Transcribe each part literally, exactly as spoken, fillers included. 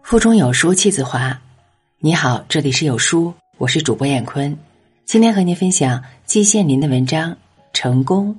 腹中有书气自华。你好，这里是有书，我是主播燕坤。今天和您分享季羡林的文章《成功》。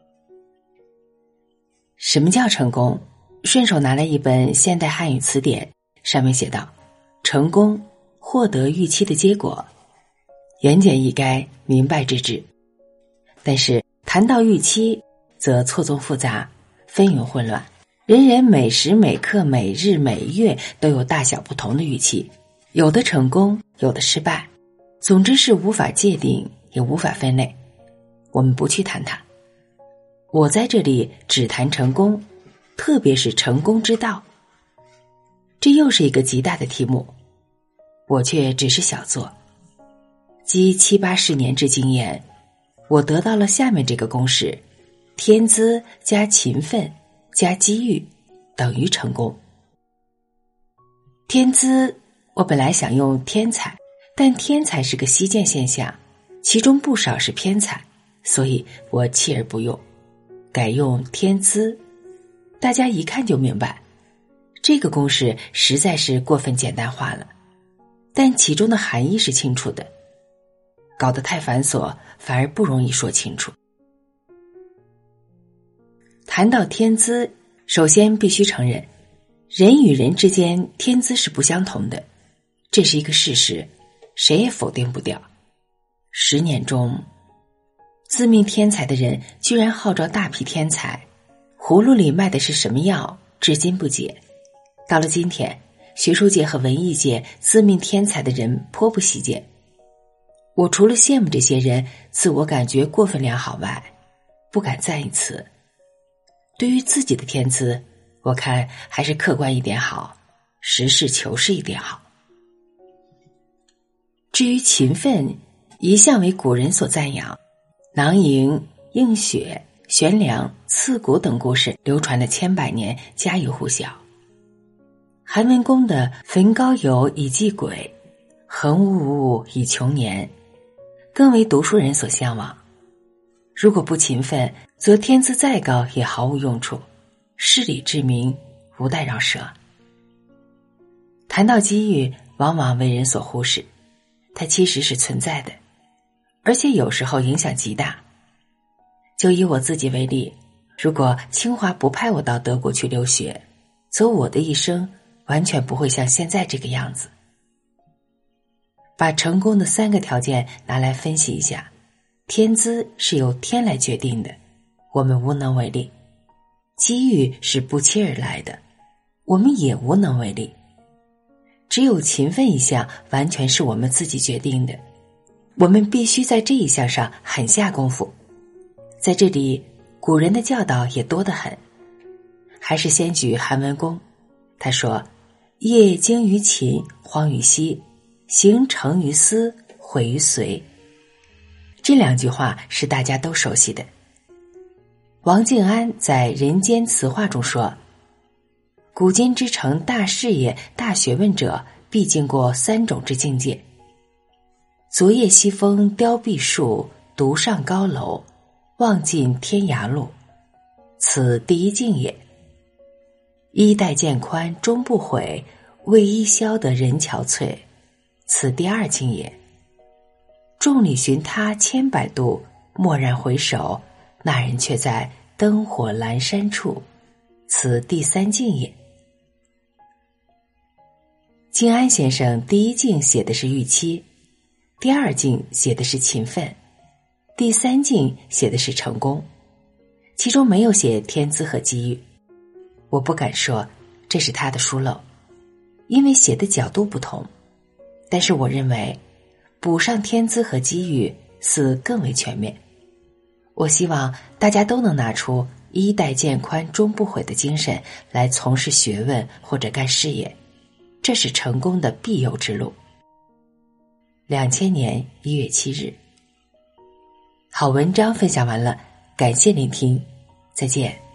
什么叫成功？顺手拿来一本现代汉语词典，上面写道：成功，获得预期的结果。言简意赅，明白之至。但是谈到预期，则错综复杂，纷纭混乱。人人每时每刻每日每月都有大小不同的预期，有的成功，有的失败，总之是无法界定，也无法分类。我们不去谈它，我在这里只谈成功，特别是成功之道。这又是一个极大的题目，我却只是小做。积七八十年之经验，我得到了下面这个公式：天资加勤奋加机遇等于成功。天资，我本来想用天才，但天才是个稀见现象，其中不少是偏才，所以我弃而不用，改用天资。大家一看就明白，这个公式实在是过分简单化了，但其中的含义是清楚的，搞得太繁琐，反而不容易说清楚。谈到天资，首先必须承认，人与人之间天资是不相同的，这是一个事实，谁也否定不掉。十年中，自命天才的人居然号召大批天才，葫芦里卖的是什么药，至今不解。到了今天，学术界和文艺界自命天才的人颇不稀见。我除了羡慕这些人自我感觉过分良好外，不敢赞一词。对于自己的天资，我看还是客观一点好，实事求是一点好。至于勤奋，一向为古人所赞扬，囊萤、映雪、悬梁、刺股等故事流传了千百年，家喻户晓。韩文公的焚高邮以祭鬼，恒无物以穷年，更为读书人所向往。如果不勤奋，则天资再高也毫无用处，事理之明无待饶舌。谈到机遇，往往为人所忽视，它其实是存在的，而且有时候影响极大。就以我自己为例，如果清华不派我到德国去留学，则我的一生完全不会像现在这个样子。把成功的三个条件拿来分析一下，天资是由天来决定的，我们无能为力；机遇是不期而来的，我们也无能为力。只有勤奋一项完全是我们自己决定的，我们必须在这一项上狠下功夫。在这里，古人的教导也多得很。还是先举韩文公，他说：业精于勤，荒于嬉，行成于思，毁于随。这两句话是大家都熟悉的。王静安在《人间词话》中说，古今之成大事业大学问者，必经过三种之境界：昨夜西风凋碧树，独上高楼，望尽天涯路，此第一境也。衣带渐宽终不悔，为伊消得人憔悴，此第二境也。众里寻他千百度，蓦然回首，那人却在灯火阑珊处，此第三境也。静安先生第一境写的是预期，第二境写的是勤奋，第三境写的是成功，其中没有写天资和机遇。我不敢说这是他的疏漏，因为写的角度不同，但是我认为补上天资和机遇似更为全面。我希望大家都能拿出衣带渐宽终不悔的精神来从事学问或者干事业，这是成功的必由之路。两千年一月七日。好文章分享完了，感谢聆听，再见。